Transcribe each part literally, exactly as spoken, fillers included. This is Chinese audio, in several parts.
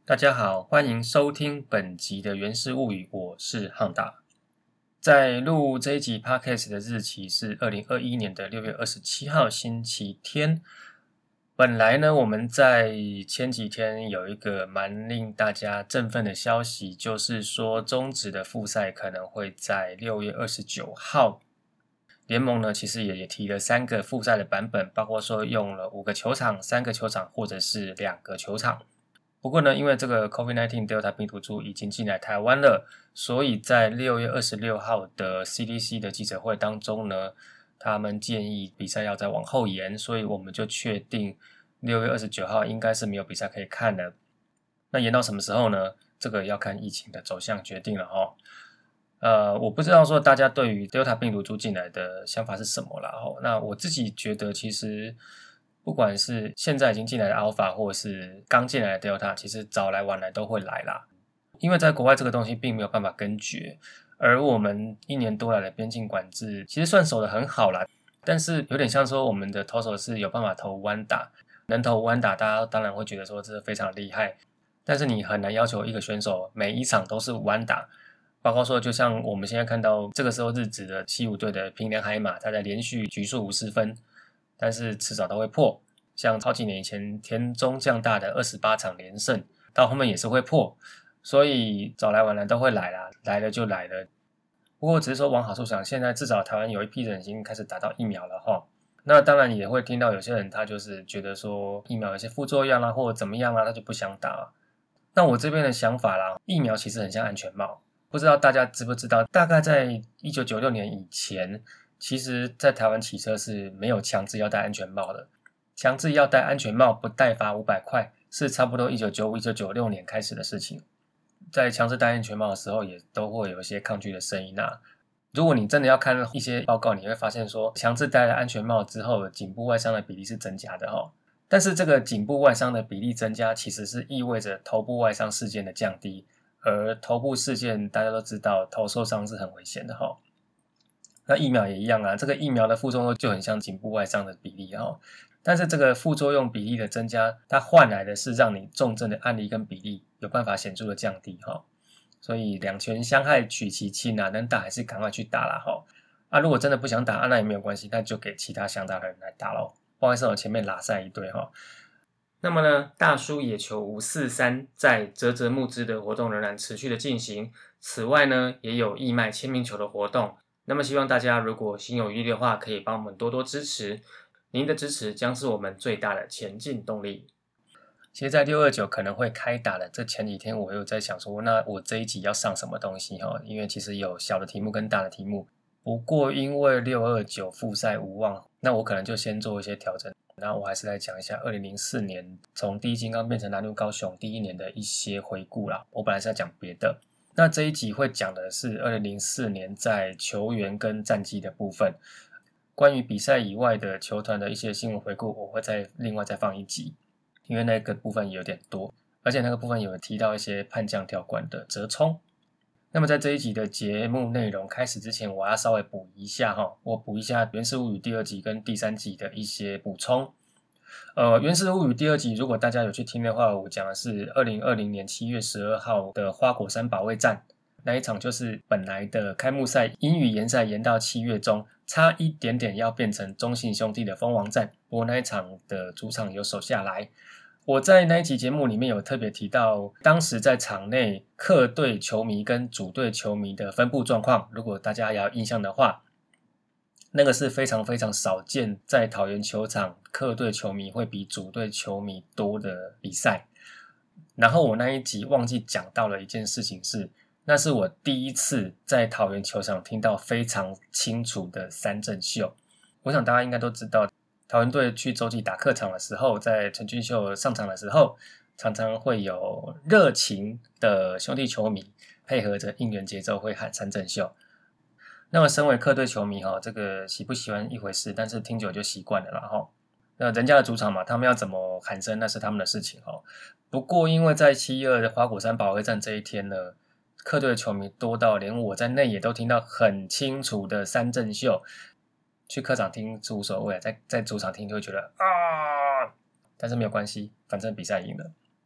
大家好，欢迎收听本集的原氏物语，我是汉大。在录这一集 Podcast 的日期是二零二一年的六月二十七号星期天。本来呢，我们在前几天有一个蛮令大家振奋的消息，就是说中职的复赛可能会在六月二十九号。联盟呢，其实也也提了三个复赛的版本，包括说用了五个球场、三个球场或者是两个球场。不过呢，因为这个 COVID 十九 Delta 病毒株已经进来台湾了，所以在六月二十六号的 C D C 的记者会当中呢，他们建议比赛要再往后延，所以我们就确定六月二十九号应该是没有比赛可以看了。那延到什么时候呢？这个要看疫情的走向决定了齁。呃，我不知道说大家对于 Delta 病毒株进来的想法是什么啦齁。那我自己觉得其实不管是现在已经进来的 Alpha 或是刚进来的 Delta， 其实早来晚来都会来啦。因为在国外这个东西并没有办法根绝，而我们一年多来的边境管制其实算守得很好啦，但是有点像说我们的投手是有办法投弯打，能投弯打大家当然会觉得说这是非常厉害，但是你很难要求一个选手每一场都是弯打，包括说就像我们现在看到这个时候日职的西武队的平良海马，他在连续局数五十分，但是迟早都会破，像好几年以前田中将大的二十八场连胜，到后面也是会破，所以早来晚来都会来啦，来了就来了。不过只是说往好处想，现在至少台湾有一批人已经开始打到疫苗了齁。那当然也会听到有些人他就是觉得说疫苗有些副作用啦，或者怎么样啦，他就不想打。那我这边的想法啦，疫苗其实很像安全帽，不知道大家知不知道，大概在一九九六年以前，其实在台湾骑车是没有强制要戴安全帽的。强制要戴安全帽不戴罚五百块，是差不多一九九五、一九九六年开始的事情。在强制戴安全帽的时候，也都会有一些抗拒的声音啊。如果你真的要看一些报告，你会发现说，强制戴了安全帽之后，颈部外伤的比例是增加的齁。但是这个颈部外伤的比例增加，其实是意味着头部外伤事件的降低。而头部事件大家都知道，头受伤是很危险的齁。那疫苗也一样啊，这个疫苗的副作用就很像颈部外伤的比例齁。但是这个副作用比例的增加，它换来的是让你重症的案例跟比例有办法显著的降低齁。所以两全相害取其轻啊，能打还是赶快去打啦齁。啊，如果真的不想打，啊、那也没有关系，那就给其他想打的人来打咯。不好意思，我前面拉塞一堆齁。那么呢，大叔野球五四三在嘖嘖募资的活动仍然持续的进行。此外呢，也有义卖签名球的活动。那么希望大家如果心有余力的话，可以帮我们多多支持。您的支持将是我们最大的前进动力。其实在六二九可能会开打的这前几天，我又在想说，那我这一集要上什么东西齁？因为其实有小的题目跟大的题目。不过因为六二九复赛无望，那我可能就先做一些调整。然后我还是来讲一下二零零四年从第一金刚变成南陆高雄第一年的一些回顾啦。我本来是要讲别的。那这一集会讲的是二零零四年在球员跟战绩的部分。关于比赛以外的球团的一些新闻回顾，我会再另外再放一集，因为那个部分有点多，而且那个部分有提到一些悍将条款的折冲。那么在这一集的节目内容开始之前，我要稍微补一下齁，我补一下原始物语第二集跟第三集的一些补充。呃，原始物语第二集如果大家有去听的话，我讲的是二零二零年七月十二号的花果山保卫战。那一场就是本来的开幕赛因雨延赛延到七月中，差一点点要变成中信兄弟的封王战，不过那一场的主场有守下来。我在那一集节目里面有特别提到，当时在场内客队球迷跟主队球迷的分布状况，如果大家有印象的话，那个是非常非常少见，在桃园球场客队球迷会比主队球迷多的比赛。然后我那一集忘记讲到了一件事情是，那是我第一次在桃园球场听到非常清楚的三振秀。我想大家应该都知道，桃园队去洲际打客场的时候，在陈俊秀上场的时候，常常会有热情的兄弟球迷配合着应援节奏会喊三振秀。那么身为客队球迷齁，这个喜不喜欢一回事，但是听久就习惯了啦齁。那人家的主场嘛，他们要怎么喊声那是他们的事情齁。不过因为在七二的花果山保卫战这一天呢，客队的球迷多到连我在内也都听到很清楚的三振秀。去客场听是无所谓，在在主场听就会觉得啊，但是没有关系，反正比赛赢了。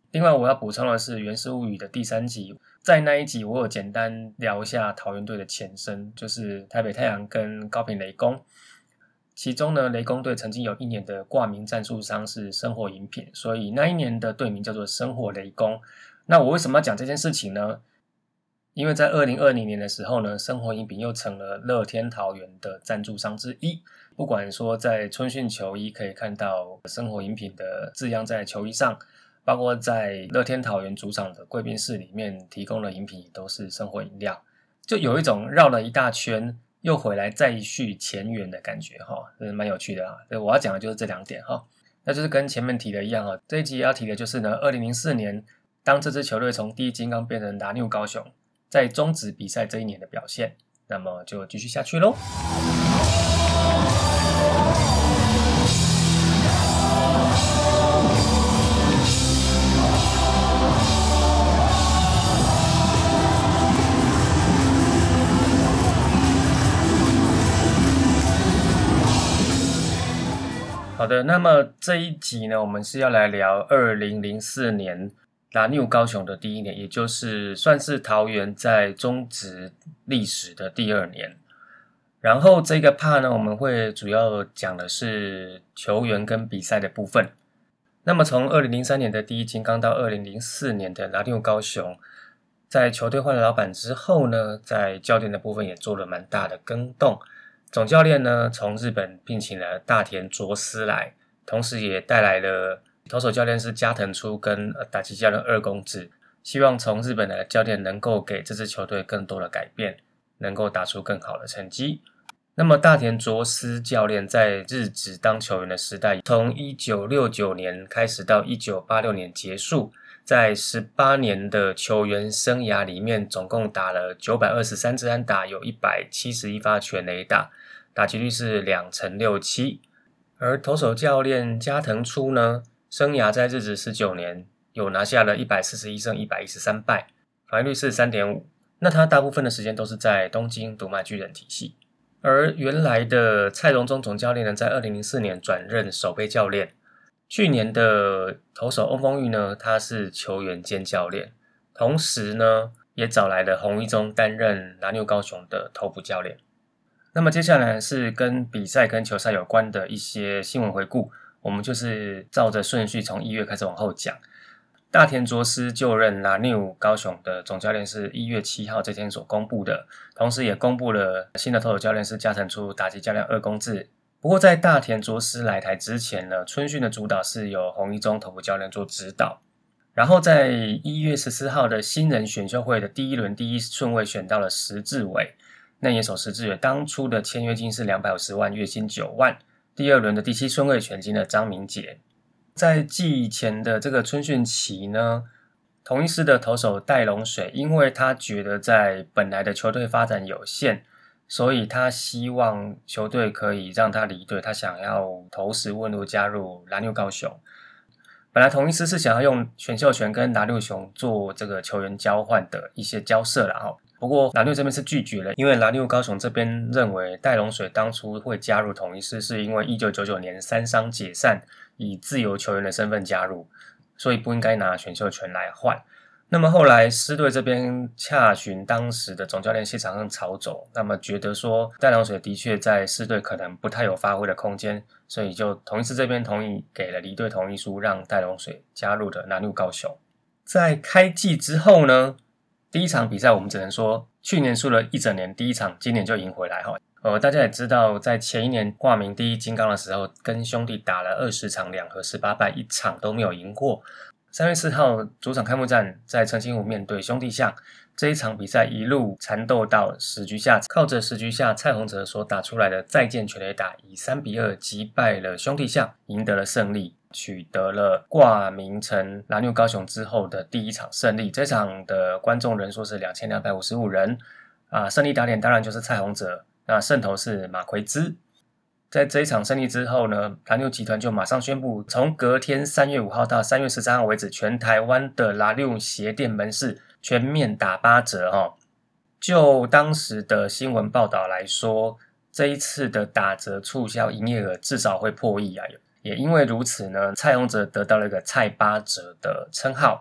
另外我要补充的是《源氏物语》的第三集，在那一集我有简单聊一下桃园队的前身，就是台北太阳跟高屏雷公。其中呢，雷公队曾经有一年的挂名赞助商是生活饮品，所以那一年的队名叫做生活雷公。那我为什么要讲这件事情呢？因为在二零二零年的时候呢，生活饮品又成了乐天桃园的赞助商之一。不管说在春训球衣可以看到生活饮品的字样在球衣上，包括在乐天桃园主场的贵宾室里面提供的饮品也都是生活饮料，就有一种绕了一大圈又回来再续前缘的感觉哈，这是蛮有趣的啊。我要讲的就是这两点哈，那就是跟前面提的一样哈。这一集要提的就是呢，二零零四年当这支球队从第一金刚变成拉纽高雄，在中职比赛这一年的表现，那么就继续下去咯。好的，那么这一集呢，我们是要来聊二零零四年拉纽高雄的第一年，也就是算是桃园在中职历史的第二年。然后这个 part 呢，我们会主要讲的是球员跟比赛的部分。那么从二零零三年的第一金刚到二零零四年的拉纽高雄，在球队换了老板之后呢，在教练的部分也做了蛮大的更动。总教练呢，从日本聘请了大田卓司来，同时也带来了投手教练是加藤初跟打击教练二宫治，希望从日本来的教练能够给这支球队更多的改变，能够打出更好的成绩。那么大田卓司教练在日职当球员的时代，从一九六九年开始到一九八六年结束，在十八年的球员生涯里面，总共打了九百二十三支安打，有一百七十一发全垒打，打击率是两成六七。而投手教练加藤初呢，生涯在日职十九年，有拿下了一百四十一胜一百一十三败，防御率是 三点五。那他大部分的时间都是在东京读卖巨人体系。而原来的蔡荣中总教练呢，在二零零四年转任守备教练。去年的投手翁丰裕呢，他是球员兼教练，同时呢，也找来了洪一中担任拉纽高雄的投捕教练。那么接下来是跟比赛跟球赛有关的一些新闻回顾，我们就是照着顺序从一月开始往后讲。大田卓司就任拉纽高雄的总教练是一月七号这天所公布的，同时也公布了新的投手教练是加藤初，打击教练二宫治。不过在大田卓司来台之前呢，春训的主导是由洪一中投捕教练做指导。然后在一月十四号的新人选秀会的第一轮第一顺位选到了石志伟，内野手石志伟当初的签约金是两百五十万，月薪九万。第二轮的第七顺位选进了张明杰。在季前的这个春训期呢，同一师的投手戴龙水，因为他觉得在本来的球队发展有限，所以他希望球队可以让他离队，他想要投石问路加入拉纽高雄。本来同一师是想要用选秀权跟拉纽熊做这个球员交换的一些交涉啦，不过拉纽这边是拒绝了，因为拉纽高雄这边认为戴龙水当初会加入同一师是因为一九九九年三商解散，以自由球员的身份加入，所以不应该拿选秀权来换。那么后来狮队这边洽询当时的总教练谢长亨曹总，那么觉得说戴龙水的确在狮队可能不太有发挥的空间，所以就同一师这边同意给了离队同意书，让戴龙水加入的拉纽高雄。在开季之后呢，第一场比赛我们只能说去年输了一整年，第一场今年就赢回来哈。呃，大家也知道，在前一年挂名第一金刚的时候，跟兄弟打了二十场，两和十八败，一场都没有赢过。三月四号主场开幕战，在澄清湖面对兄弟象，这一场比赛一路缠斗到十局下，靠着十局下蔡宏哲所打出来的再见全垒打，以三比二击败了兄弟象，赢得了胜利，取得了挂名成拉纽高雄之后的第一场胜利。这场的观众人数是两千两百五十五人啊，胜利打点当然就是蔡宏哲，那胜投是马奎兹。在这一场胜利之后呢，拉纽集团就马上宣布，从隔天三月五号到三月十三号为止，全台湾的拉纽鞋店门市全面打八折哦。就当时的新闻报道来说，这一次的打折促销营业额至少会破亿啊！也因为如此呢，蔡宏哲得到了一个蔡八折的称号。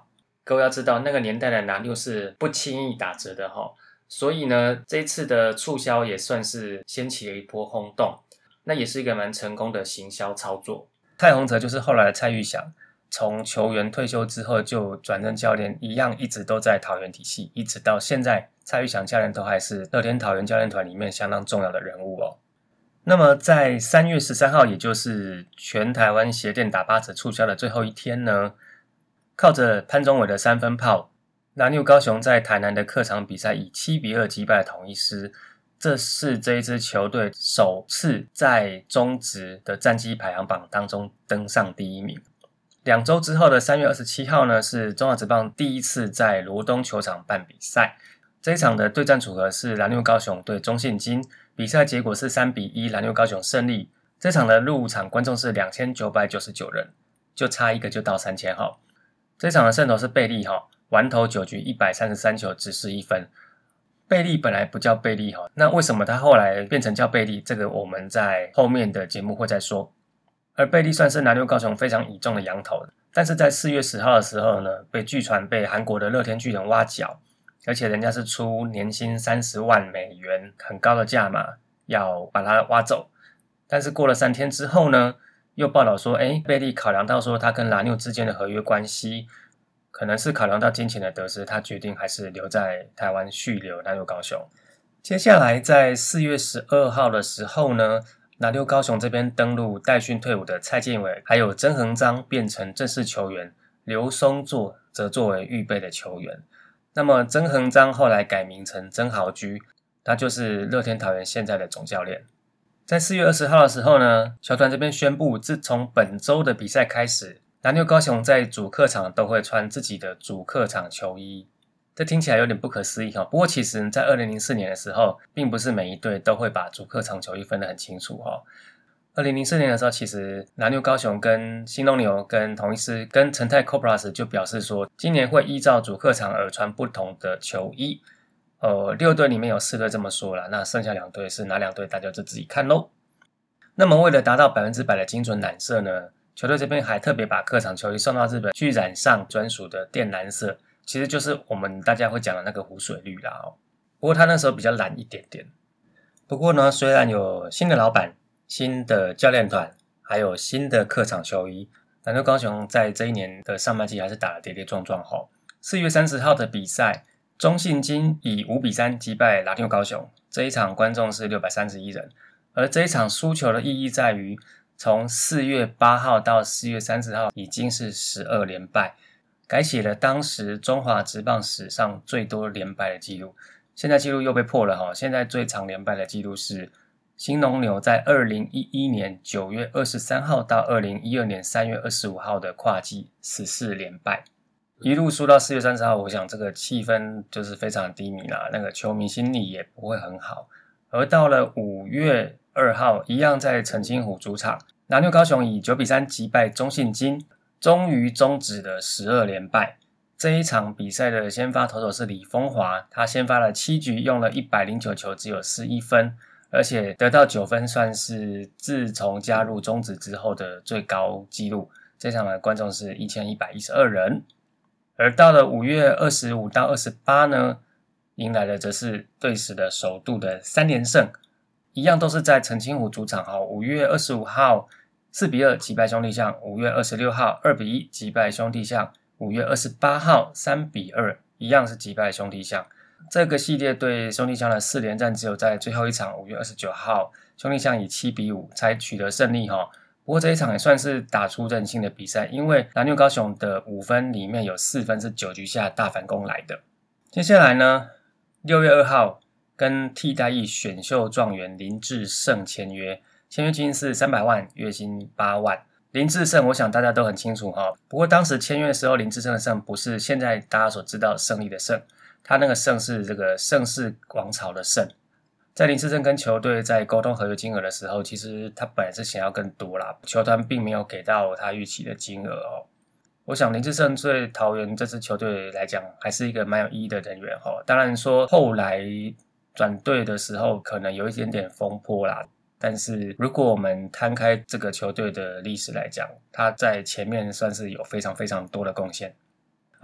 各位要知道那个年代的拿六是不轻易打折的齁，所以呢这一次的促销也算是掀起了一波轰动，那也是一个蛮成功的行销操作。蔡宏哲就是后来的蔡玉祥，从球员退休之后就转任教练，一样一直都在桃园体系，一直到现在蔡玉祥教练都还是乐天桃园教练团里面相当重要的人物哦。那么在三月十三号，也就是全台湾鞋店打八折促销的最后一天呢，靠着潘宗伟的三分炮，蓝牛高雄在台南的客场比赛以七比二击败了统一狮，这是这一支球队首次在中职的战绩排行榜当中登上第一名。两周之后的三月二十七号呢，是中华职棒第一次在罗东球场办比赛。这一场的对战组合是蓝牛高雄对中信金，比赛结果是三比一，蓝牛高雄胜利。这场的入场观众是两千九百九十九人，就差一个就到三千哈。这场的胜投是贝利哈，完投九局一百三十三球，只失一分。贝利本来不叫贝利哈，那为什么他后来变成叫贝利？这个我们在后面的节目会再说。而贝利算是蓝牛高雄非常倚重的洋投，但是在四月十号的时候呢，被据传被韩国的乐天巨人挖角，而且人家是出年薪三十万美元，很高的价码要把他挖走。但是过了三天之后呢，又报道说，诶，贝利考量到说他跟蓝牛之间的合约关系，可能是考量到金钱的得失，他决定还是留在台湾续留蓝牛高雄。接下来在四月十二号的时候呢，蓝牛高雄这边登陆代训退伍的蔡建伟，还有曾恒章变成正式球员，刘松作则作为预备的球员。那么曾恒章后来改名成曾豪居，他就是乐天桃园现在的总教练。在四月二十号的时候呢，球团这边宣布，自从本周的比赛开始，蓝牛高雄在主客场都会穿自己的主客场球衣。这听起来有点不可思议哈，不过其实在二零零四年的时候，并不是每一队都会把主客场球衣分得很清楚哈。二零零四年的时候，其实蓝牛高雄跟新东牛跟统一狮跟成泰 Cobras 就表示说，今年会依照主客场而穿不同的球衣。呃，六队里面有四队这么说啦，那剩下两队是哪两队，大家就自己看咯。那么为了达到百分之百的精准染色呢，球队这边还特别把客场球衣送到日本去染上专属的靛蓝色，其实就是我们大家会讲的那个湖水绿啦哦。不过他那时候比较蓝一点点。不过呢，虽然有新的老板、新的教练团，还有新的客场球衣，蓝牛高雄在这一年的上半季还是打得跌跌撞撞吼。四月三十号的比赛，中信金以五比三击败蓝牛高雄，这一场观众是六百三十一人。而这一场输球的意义在于，从四月八号到四月三十号已经是十二连败，改写了当时中华职棒史上最多连败的记录。现在记录又被破了齁，现在最长连败的记录是新农牛在二零一一年九月二十三号到二零一二年三月二十五号的跨季十四连败，一路输到四月三十号，我想这个气氛就是非常低迷啦，那个球迷心理也不会很好。而到了五月二号，一样在澄清湖主场，蓝牛高雄以九比三击败中信金，终于终止了十二连败。这一场比赛的先发投手是李峰华，他先发了七局，用了一百零九球，只有失一分，而且得到九分，算是自从加入中职之后的最高纪录。这场的观众是一千一百一十二人。而到了五月二十五到二十八呢，迎来的则是队史的首度的三连胜，一样都是在澄清湖主场哈。五月二十五号四比二击败兄弟象，五月二十六号二比一击败兄弟象，五月二十八号三比二一样是击败兄弟象。这个系列对兄弟象的四连战只有在最后一场五月二十九号兄弟象以七比五才取得胜利哈。不过这一场也算是打出韧性的比赛，因为蓝牛高雄的五分里面有四分是九局下大反攻来的。接下来呢，六月二号跟替代役选秀状元林志胜签约，签约金是三百万，月薪八万。林志胜我想大家都很清楚哈，不过当时签约的时候，林志胜的胜不是现在大家所知道胜利的胜，他那个胜是这个盛世王朝的胜。在林志胜跟球队在沟通合约金额的时候，其实他本来是想要更多啦，球团并没有给到他预期的金额哦。我想林志胜对桃园这支球队来讲还是一个蛮有意义的人员哦。当然说后来转队的时候可能有一点点风波啦，但是如果我们摊开这个球队的历史来讲，他在前面算是有非常非常多的贡献。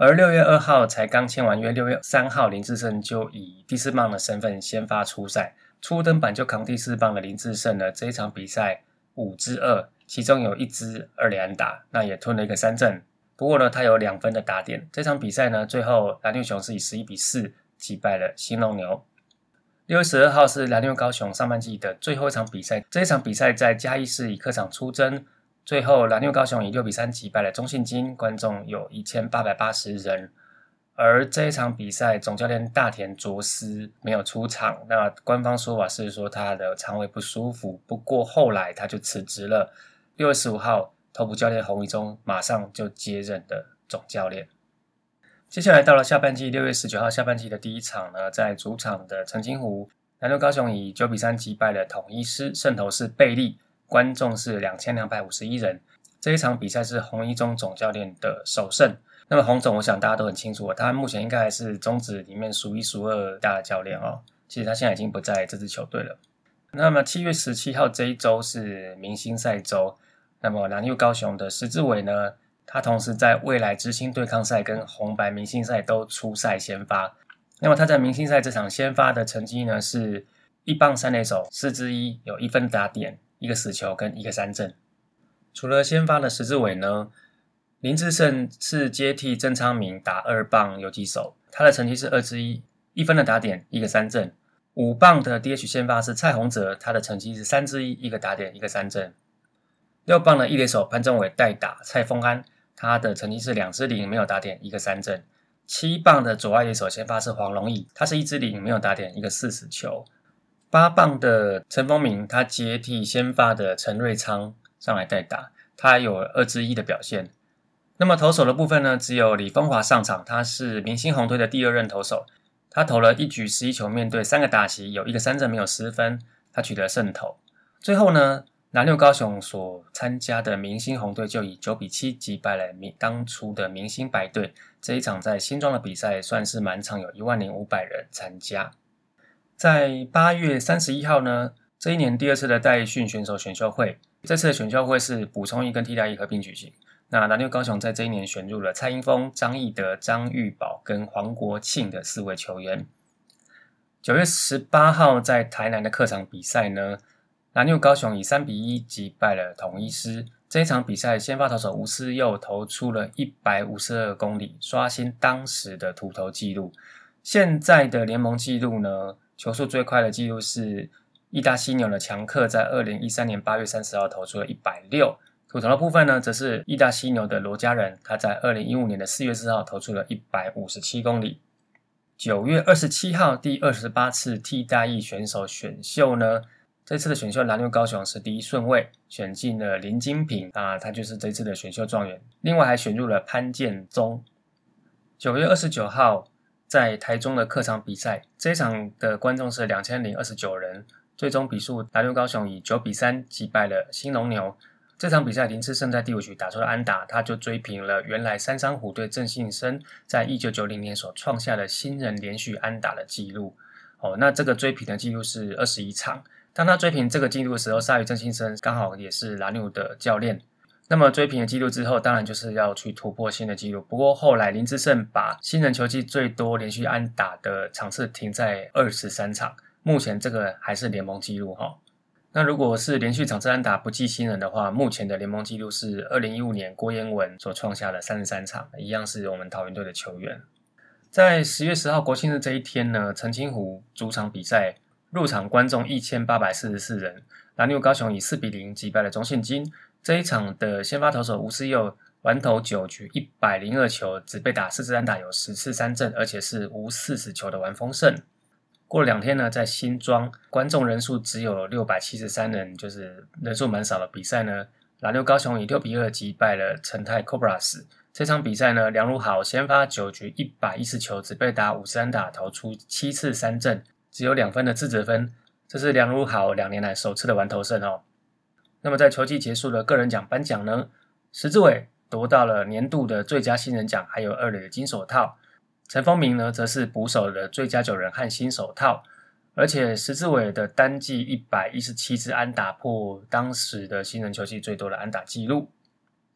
而六月二号才刚签完约，六月三号林智胜就以第四棒的身份先发出赛，初登板就扛第四棒的林智胜呢，这一场比赛五支二，其中有一支二垒安打，那也吞了一个三振。不过呢，他有两分的打点。这场比赛呢，最后蓝牛熊是以十一比四击败了兴农牛。六月十二号是蓝牛高雄上半季的最后一场比赛，这一场比赛在嘉义市以客场出征，最后蓝牛高雄以六比三击败了中信金，观众有一千八百八十人。而这一场比赛总教练大田卓司没有出场，那官方说法是说他的肠胃不舒服，不过后来他就辞职了。六月十五号投捕教练洪一中马上就接任的总教练。接下来到了下半季，六月十九号下半季的第一场呢，在主场的澄清湖，蓝牛高雄以九比三击败了统一狮，胜投是贝利，观众是两千两百五十一人。这一场比赛是洪一中总教练的首胜。那么洪总我想大家都很清楚，他目前应该还是中职里面数一数二大的教练哦。其实他现在已经不在这支球队了。那么七月十七号这一周是明星赛周，那么蓝牛高雄的石志伟呢，他同时在未来之星对抗赛跟红白明星赛都出赛先发。那么他在明星赛这场先发的成绩呢，是一棒三垒手四支一，有一分打点，一个死球跟一个三振。除了先发的石志伟呢，林智胜是接替郑昌明打二棒游击手，他的成绩是二支一，一分的打点，一个三振。五棒的 D H 先发是蔡宏哲，他的成绩是三支一，一个打点，一个三振。六棒的一垒手潘政伟代打蔡丰安，他的成绩是两支零，没有打点，一个三振。七棒的左外野手先发是黄龙义，他是一支零，没有打点，一个四死球。八棒的陈丰明，他接替先发的陈瑞昌上来代打，他有二支一的表现。那么投手的部分呢，只有李峰华上场，他是明星红队的第二任投手，他投了一局十一球，面对三个打席，有一个三振，没有失分，他取得胜投。最后呢，蓝牛高雄所参加的明星红队就以九比七击败了当初的明星白队。这一场在新庄的比赛算是满场，有一万零五百人参加。在八月三十一号呢，这一年第二次的代训选手选秀会，这次的选秀会是补充役跟替代役合并举行。那蓝牛高雄在这一年选入了蔡英峰、张义德、张玉宝跟黄国庆的四位球员。九月十八号在台南的客场比赛呢，蓝牛高雄以三比一击败了统一狮。这一场比赛先发投手吴思佑投出了一百五十二公里，刷新当时的土投纪录。现在的联盟纪录呢，球速最快的纪录是义大犀牛的强克在二零一三年八月三十号投出了一百六。土投的部分呢，则是义大犀牛的罗家人，他在二零一五年的四月四号投出了一百五十七公里。九月二十七号第二十八次替代役选手选秀呢，这次的选秀蓝牛高雄是第一顺位，选进了林金平啊，他就是这次的选秀状元。另外还选入了潘建宗。九月二十九号在台中的客场比赛，这一场的观众是两千零二十九人，最终比数蓝牛高雄以九比三击败了兴农牛。这场比赛林智胜在第五局打出了安打，他就追平了原来三商虎队郑信生在一九九零年所创下的新人连续安打的纪录。哦，那这个追平的纪录是二十一场。当他追平这个纪录的时候，鲨鱼郑信生刚好也是蓝牛的教练。那么追平了纪录之后，当然就是要去突破新的纪录。不过后来林智胜把新人球季最多连续安打的场次停在二十三场，目前这个还是联盟纪录哈。那如果是连续场次安打不计新人的话，目前的联盟纪录是二零一五年郭彦文所创下的三十三场，一样是我们桃园队的球员。在十月十号国庆日这一天呢，澄清湖主场比赛入场观众一千八百四十四人，蓝牛高雄以四比零击败了中信金。这一场的先发投手吴思佑完投九局一百零二球，只被打四支安打，有十次三振，而且是无四十球的完封胜。过了两天呢，在新庄观众人数只有六百七十三人，就是人数蛮少的比赛呢，蓝牛高雄以六比二击败了成泰 Cobras。这场比赛呢，梁如豪先发九局一百一十球，只被打五十安打，投出七次三振，只有两分的自责分，这是梁如豪两年来首次的完投胜哦。那么在球季结束的个人奖颁奖呢，石志伟夺到了年度的最佳新人奖，还有二垒的金手套。陈丰明呢，则是捕手的最佳九人和新手套，而且石志伟的单季一百一十七支安打破当时的新人球季最多的安打纪录。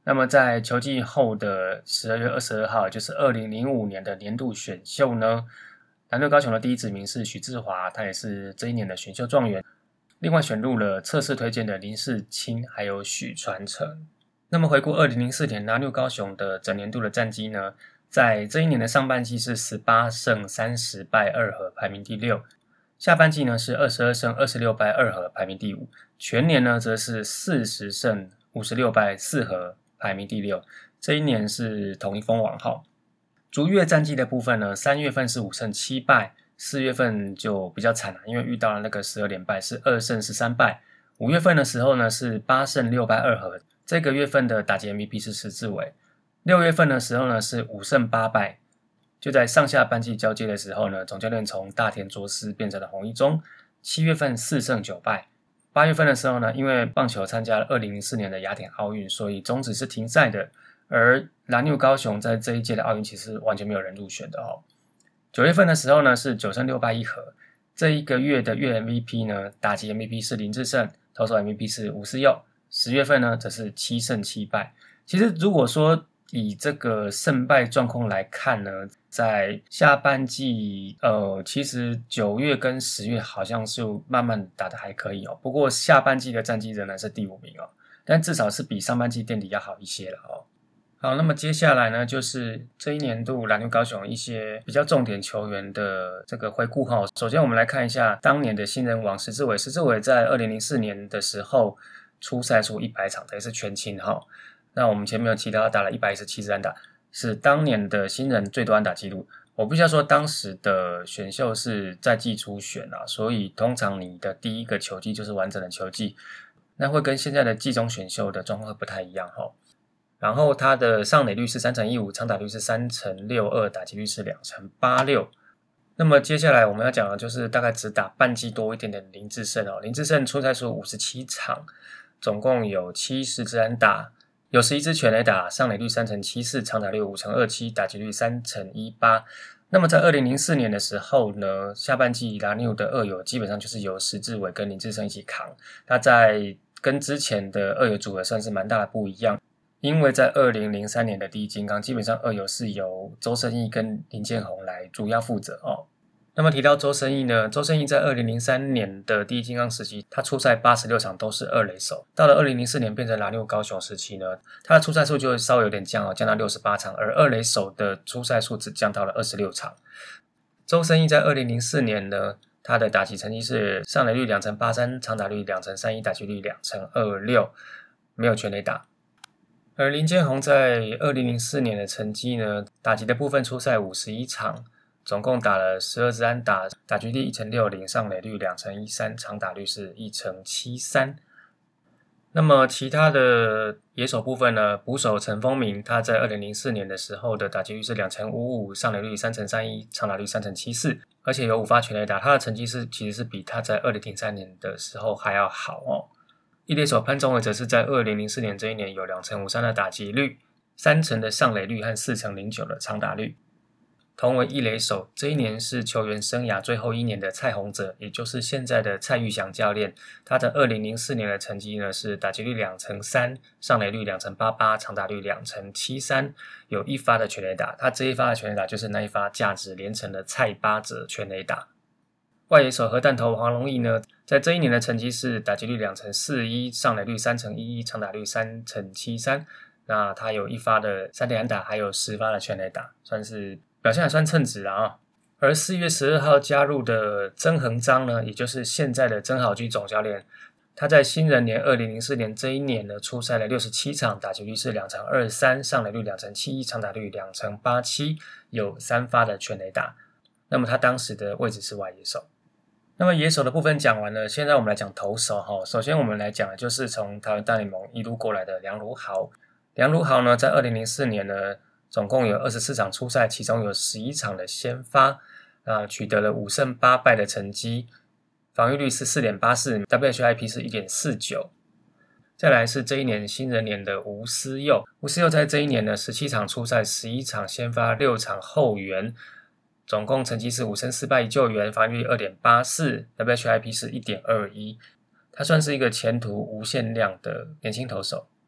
那么在球季后的十二月二十二号，就是二零零五年的年度选秀呢，蓝牛高雄的第一指名是许志华，他也是这一年的选秀状元。另外选入了测试推荐的林世清还有许传承。那么回顾二零零四年蓝牛高雄的整年度的战绩呢，在这一年的上半季是十八胜三十败二和，排名第六。下半季呢是二十二胜二十六败二和，排名第五。全年呢则是四十胜五十六败四和，排名第六。这一年是统一封王号。逐月战绩的部分呢，三月份是五胜七败，四月份就比较惨了，因为遇到了那个十二连败，是二胜十三败。五月份的时候呢是八胜六败二和，这个月份的打击 M V P 是石志伟。六月份的时候呢是五胜八败。就在上下半季交接的时候呢，总教练从大田卓司变成了洪一中。七月份四胜九败。八月份的时候呢，因为棒球参加了二零零四年的雅典奥运，所以中职是停赛的。而蓝牛高雄在这一届的奥运其实完全没有人入选的哦。九月份的时候呢是九胜六败一和。这一个月的月 M V P 呢，打击 M V P 是林智胜，投手 M V P 是吴思佑。十月份呢则是七胜七败。其实如果说以这个胜败状况来看呢，在下半季呃，其实九月跟十月好像是慢慢打得还可以哦。不过下半季的战绩仍然是第五名哦，但至少是比上半季垫底要好一些了哦。好，那么接下来呢，就是这一年度蓝牛高雄一些比较重点球员的这个回顾哈。首先我们来看一下当年的新人王石志伟。石志伟在二零零四年的时候出赛出一百场，等于是全勤哈。那我们前面有提到他打了一百一十七支安打，是当年的新人最多安打纪录。我必须要说当时的选秀是在季初选啊，所以通常你的第一个球季就是完整的球季，那会跟现在的季中选秀的状况会不太一样齁。然后他的上垒率是三成一五，长打率是三成六二，打击率是两成八六。那么接下来我们要讲的就是大概只打半季多一点的林智胜哦。林智胜出赛数五十七场，总共有七十支安打，有十一支全垒打，上垒率三成七四，长打率五成二七，打击率三成一八。那么在二零零四年的时候呢，下半季蓝牛的二游基本上就是由石志伟跟林智胜一起扛。他在跟之前的二游组合算是蛮大的不一样，因为在二零零三年的第一金刚，基本上二游是由周胜义跟林建宏来主要负责哦。那么提到周胜义呢，周胜义在二零零三年的第一金刚时期，他出赛八十六场都是二垒手。到了二零零四年变成蓝牛高雄时期呢，他的出赛数就稍微有点降哦，降到六十八场，而二垒手的出赛数只降到了二十六场。周胜义在二零零四年呢，他的打击成绩是上垒率两成八三，长打率两成三一，打击率两成二六，没有全垒打。而林建宏在二零零四年的成绩呢，打击的部分出赛五十一场，总共打了十二支安打，打击率一成六零，上垒率两成一三，长打率是一成七三。那么其他的野手部分呢，捕手陈丰明他在二零零四年的时候的打击率是两成五五，上垒率三成三一，长打率三成七四，而且有五发全垒打，他的成绩是其实是比他在二零零三年的时候还要好哦。一垒手潘宗伟则是在二零零四年这一年有两成五三的打击率，三成的上垒率和四成零九的长打率。同为一垒手，这一年是球员生涯最后一年的蔡宏哲，也就是现在的蔡玉祥教练。他的二零零四年的成绩呢是打击率两成三，上垒率两成八八，长打率两成七三，有一发的全垒打。他这一发的全垒打就是那一发价值连城的蔡八折全垒打。外野手核弹头黄龙义呢，在这一年的成绩是打击率两成四一，上垒率三成一一，长打率三成七三。那他有一发的三垒安打，还有十发的全垒打，算是表现还算称职啊、哦。而四月十二号加入的曾恒章呢，也就是现在的曾豪居总教练，他在新人年二零零四年这一年呢，出赛了六十七场，打击率是两成二三，上垒率两成七一，长打率两成八七，有三发的全垒打。那么他当时的位置是外野手。那么野手的部分讲完了，现在我们来讲投手哈。首先我们来讲的就是从台湾大联盟一路过来的梁如豪。梁如豪呢，在二零零四年呢，总共有二十四场出赛，其中有十一场的先发，啊，取得了五胜八败的成绩，防御率是 四点八四， W H I P 是 一点四九。再来是这一年新人年的吴思佑。吴思佑在这一年呢，十七场出赛，十一场先发，六场后援，总共成绩是五胜四败一救援，防御率 二点八四， W H I P 是 一点二一。他算是一个前途无限量的年轻投手。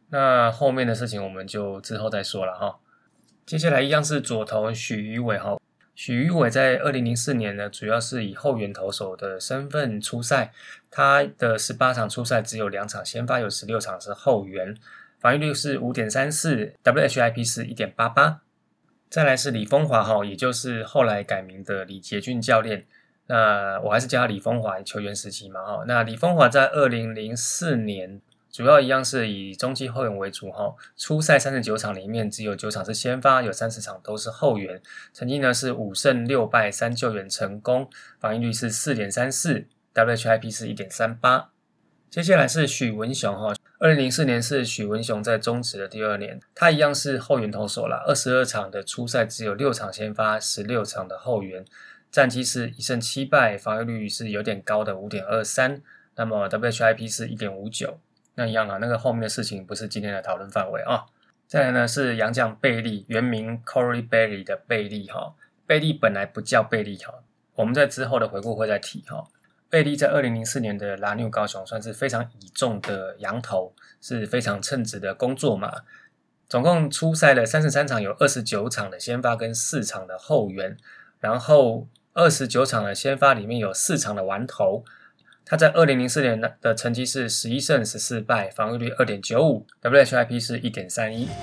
那后面的事情我们就之后再说了哈。接下来一样是左投许宇伟哈。许宇伟在二零零四年呢，主要是以后援投手的身份出赛，他的十八场出赛只有两场先发，有十六场是后援，防御率是 五点三四， W H I P 是 一点八八。 再来是李峰华哈，也就是后来改名的李杰俊教练，那我还是叫他李峰华，球员时期嘛哈。那李峰华在二零零四年主要一样是以中继后援为主哈，出赛三十九场里面只有九场是先发，有三十场都是后援，成绩呢是五胜六败三救援成功，防御率是 四点三四， W H I P 是 一点三八。 接下来是许文雄哈，二零零四年是许文雄在中职的第二年，他一样是后援投手啦，二十二场的出赛只有六场先发，十六场的后援，战绩是一胜七败，防御率是有点高的 五点二三， 那么 W H I P 是 一点五九。那一样啊，那个后面的事情不是今天的讨论范围啊。再来呢是洋将贝利，原名 Corey Bailey 的贝利哈，贝利本来不叫贝利哈，我们在之后的回顾会再提哈。贝利在二零零四年的拉纽高雄算是非常倚重的洋投，是非常称职的工作嘛。总共出赛了三十三场，有二十九场的先发跟四场的后援，然后二十九场的先发里面有四场的完投。他在二零零四年的成绩是十一胜十四败，防御率 二点九五， W H I P 是 一点三一。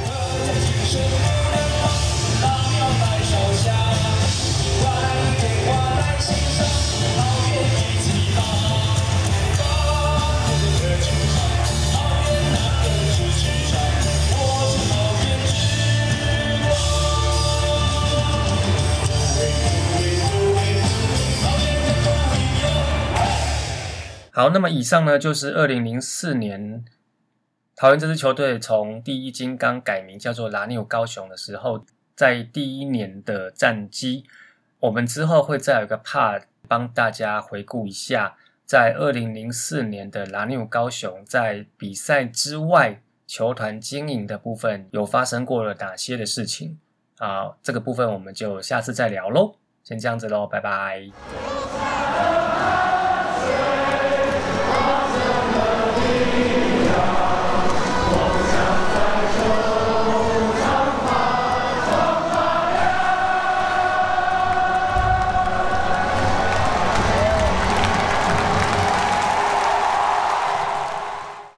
好，那么以上呢就是二零零四年桃园这支球队从第一金刚改名叫做拉纽高雄的时候，在第一年的战绩。我们之后会再有一个 part 帮大家回顾一下，在二零零四年的拉纽高雄在比赛之外球团经营的部分有发生过了哪些的事情啊？这个部分我们就下次再聊咯，先这样子咯，拜拜。